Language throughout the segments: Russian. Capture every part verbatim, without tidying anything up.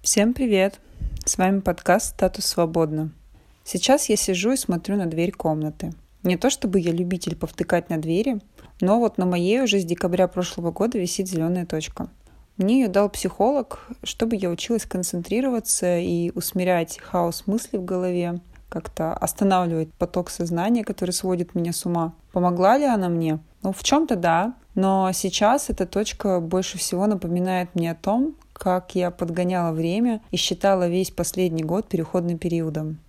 Всем привет! С вами подкаст «Статус свободно». Сейчас я сижу и смотрю на дверь комнаты. Не то чтобы я любитель повтыкать на двери, но вот на моей уже с декабря прошлого года висит зеленая точка. Мне ее дал психолог, чтобы я училась концентрироваться и усмирять хаос мыслей в голове, как-то останавливать поток сознания, который сводит меня с ума. Помогла ли она мне? Ну, в чем-то да, но сейчас эта точка больше всего напоминает мне о том, как я подгоняла время и считала весь последний год переходным периодом.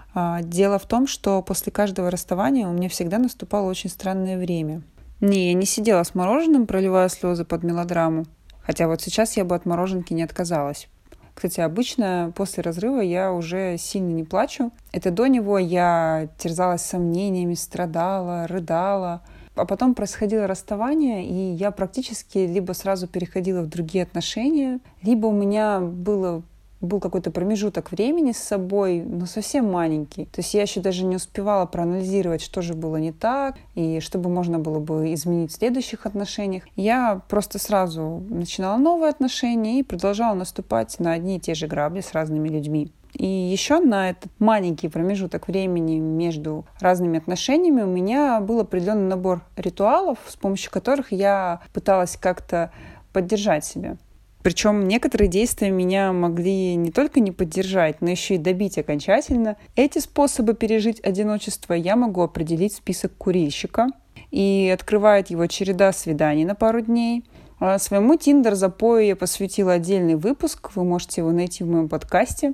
Дело в том, что после каждого расставания у меня всегда наступало очень странное время. Не, я не сидела с мороженым, проливая слезы под мелодраму, хотя вот сейчас я бы от мороженки не отказалась. Кстати, обычно после разрыва я уже сильно не плачу. Это до него я терзалась сомнениями, страдала, рыдала. А потом происходило расставание, и я практически либо сразу переходила в другие отношения, либо у меня было, был какой-то промежуток времени с собой, но совсем маленький. То есть я еще даже не успевала проанализировать, что же было не так, и чтобы можно было бы изменить в следующих отношениях. Я просто сразу начинала новые отношения и продолжала наступать на одни и те же грабли с разными людьми. И еще на этот маленький промежуток времени между разными отношениями у меня был определенный набор ритуалов, с помощью которых я пыталась как-то поддержать себя. Причем некоторые действия меня могли не только не поддержать, но еще и добить окончательно. Эти способы пережить одиночество я могу определить в список курильщика. И открывает его череда свиданий на пару дней. А своему Тиндер-запою я посвятила отдельный выпуск, вы можете его найти в моем подкасте.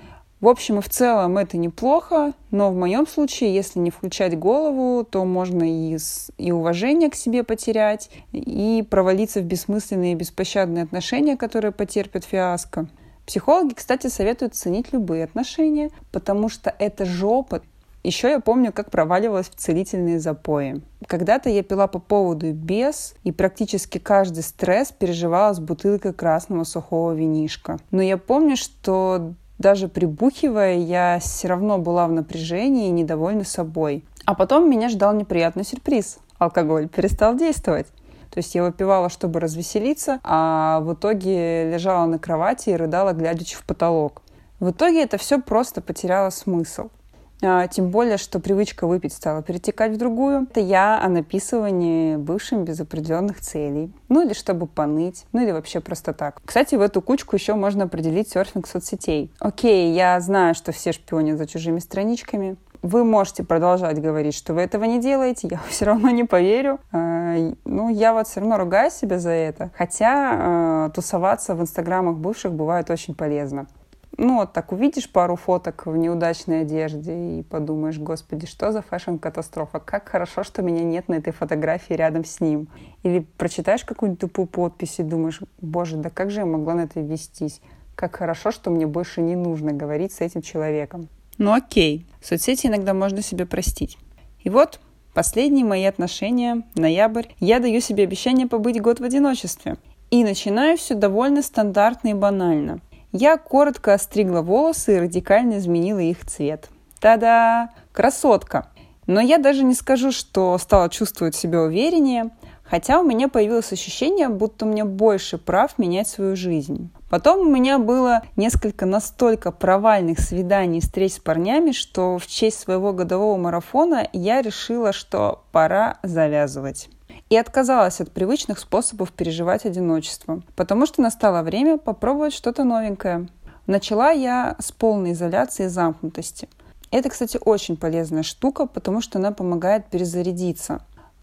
В общем и в целом это неплохо, но в моем случае, если не включать голову, то можно и, и уважение к себе потерять, и провалиться в бессмысленные и беспощадные отношения, которые потерпят фиаско. Психологи, кстати, советуют ценить любые отношения, потому что это жопа. Еще я помню, как проваливалась в целительные запои. Когда-то я пила по поводу и без, и практически каждый стресс переживала с бутылкой красного сухого винишка. Но я помню, что даже прибухивая, я все равно была в напряжении и недовольна собой. А потом меня ждал неприятный сюрприз. Алкоголь перестал действовать. То есть я выпивала, чтобы развеселиться, а в итоге лежала на кровати и рыдала, глядячи в потолок. В итоге это все просто потеряло смысл. А, тем более, что привычка выпить стала перетекать в другую. Это я о написывании бывшим без определенных целей. Ну или чтобы поныть, ну или вообще просто так. Кстати, в эту кучку еще можно определить серфинг соцсетей. Окей, я знаю, что все шпионят за чужими страничками. Вы можете продолжать говорить, что вы этого не делаете, я все равно не поверю. А, ну, я вот все равно ругаю себя за это. Хотя а, тусоваться в инстаграмах бывших бывает очень полезно. Ну, вот так увидишь пару фоток в неудачной одежде и подумаешь: господи, что за фэшн-катастрофа, как хорошо, что меня нет на этой фотографии рядом с ним. Или прочитаешь какую-нибудь тупую подпись и думаешь: боже, да как же я могла на это вестись, как хорошо, что мне больше не нужно говорить с этим человеком. Ну окей, соцсети иногда можно себе простить. И вот последние мои отношения, ноябрь, я даю себе обещание побыть год в одиночестве. И начинаю все довольно стандартно и банально. Я коротко остригла волосы и радикально изменила их цвет. Та-да! Красотка! Но я даже не скажу, что стала чувствовать себя увереннее, хотя у меня появилось ощущение, будто у меня больше прав менять свою жизнь. Потом у меня было несколько настолько провальных свиданий и встреч с парнями, что в честь своего годового марафона я решила, что пора завязывать. И отказалась от привычных способов переживать одиночество, потому что настало время попробовать что-то новенькое. Начала я с полной изоляции и замкнутости. Это, кстати, очень полезная штука, потому что она помогает перезарядиться.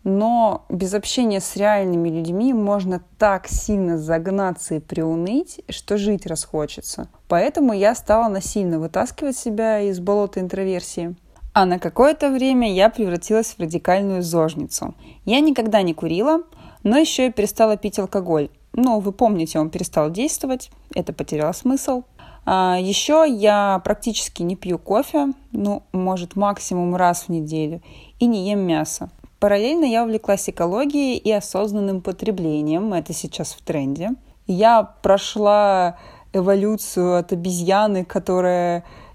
Но без общения с реальными людьми можно так сильно загнаться и приуныть, что жить расхочется. Поэтому я стала насильно вытаскивать себя из болота интроверсии. А на какое-то время я превратилась в радикальную зожницу. Я никогда не курила, но еще и перестала пить алкоголь. Ну, вы помните, он перестал действовать, это потеряло смысл. А еще я практически не пью кофе, ну, может, максимум раз в неделю, и не ем мясо. Параллельно я увлеклась экологией и осознанным потреблением, это сейчас в тренде. Я прошла эволюцию от обезьяны, которая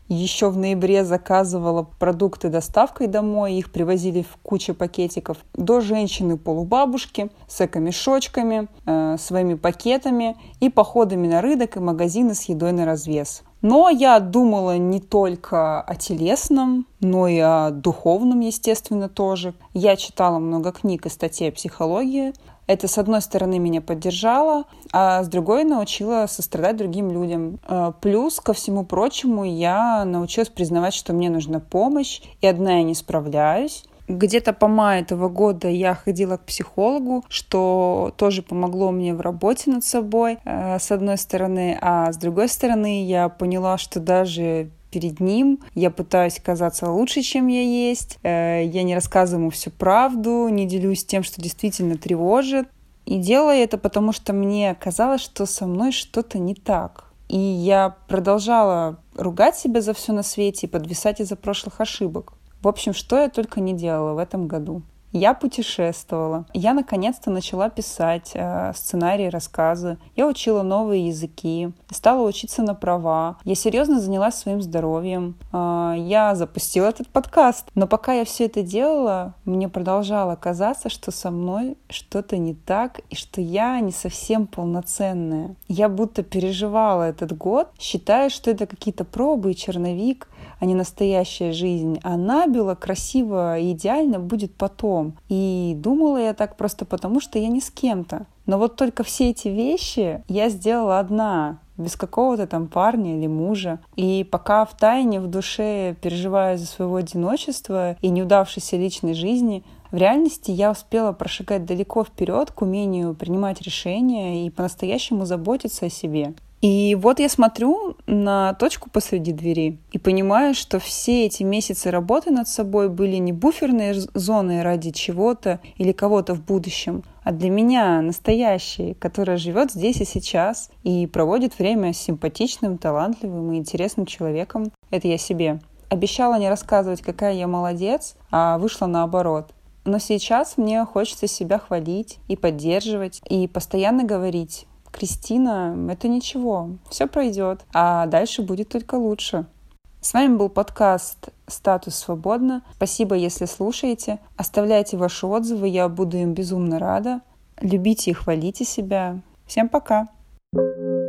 Еще в ноябре заказывала продукты доставкой домой, их привозили в куче пакетиков. До женщины-полубабушки с эко-мешочками, э, своими пакетами и походами на рынок и магазины с едой на развес. Но я думала не только о телесном, но и о духовном, естественно, тоже. Я читала много книг и статей о психологии. Это, с одной стороны, меня поддержало, а с другой научила сострадать другим людям. Плюс, ко всему прочему, я научилась признавать, что мне нужна помощь, и одна я не справляюсь. Где-то по маю этого года я ходила к психологу, что тоже помогло мне в работе над собой, с одной стороны, а с другой стороны я поняла, что даже перед ним я пытаюсь казаться лучше, чем я есть, я не рассказываю ему всю правду, не делюсь тем, что действительно тревожит. И делаю это потому, что мне казалось, что со мной что-то не так. И я продолжала ругать себя за все на свете и подвисать из-за прошлых ошибок. В общем, что я только не делала в этом году. Я путешествовала. Я наконец-то начала писать э, сценарии, рассказы. Я учила новые языки. Стала учиться на права. Я серьезно занялась своим здоровьем. Э, я запустила этот подкаст. Но пока я все это делала, мне продолжало казаться, что со мной что-то не так и что я не совсем полноценная. Я будто переживала этот год, считая, что это какие-то пробы и черновик, а не настоящая жизнь. А набело, красиво и идеально будет потом. И думала я так просто потому, что я не с кем-то. Но вот только все эти вещи я сделала одна, без какого-то там парня или мужа. И пока втайне в душе переживаю за своего одиночества и неудавшейся личной жизни, в реальности я успела прошагать далеко вперед к умению принимать решения и по-настоящему заботиться о себе. И вот я смотрю на точку посреди двери и понимаю, что все эти месяцы работы над собой были не буферной зоной ради чего-то или кого-то в будущем, а для меня настоящей, которая живет здесь и сейчас и проводит время с симпатичным, талантливым и интересным человеком. Это я себе. Обещала не рассказывать, какая я молодец, а вышла наоборот. Но сейчас мне хочется себя хвалить и поддерживать, и постоянно говорить: Кристина, это ничего, все пройдет, а дальше будет только лучше. С вами был подкаст «Статус свободно». Спасибо, если слушаете. Оставляйте ваши отзывы, я буду им безумно рада. Любите и хвалите себя. Всем пока! thank you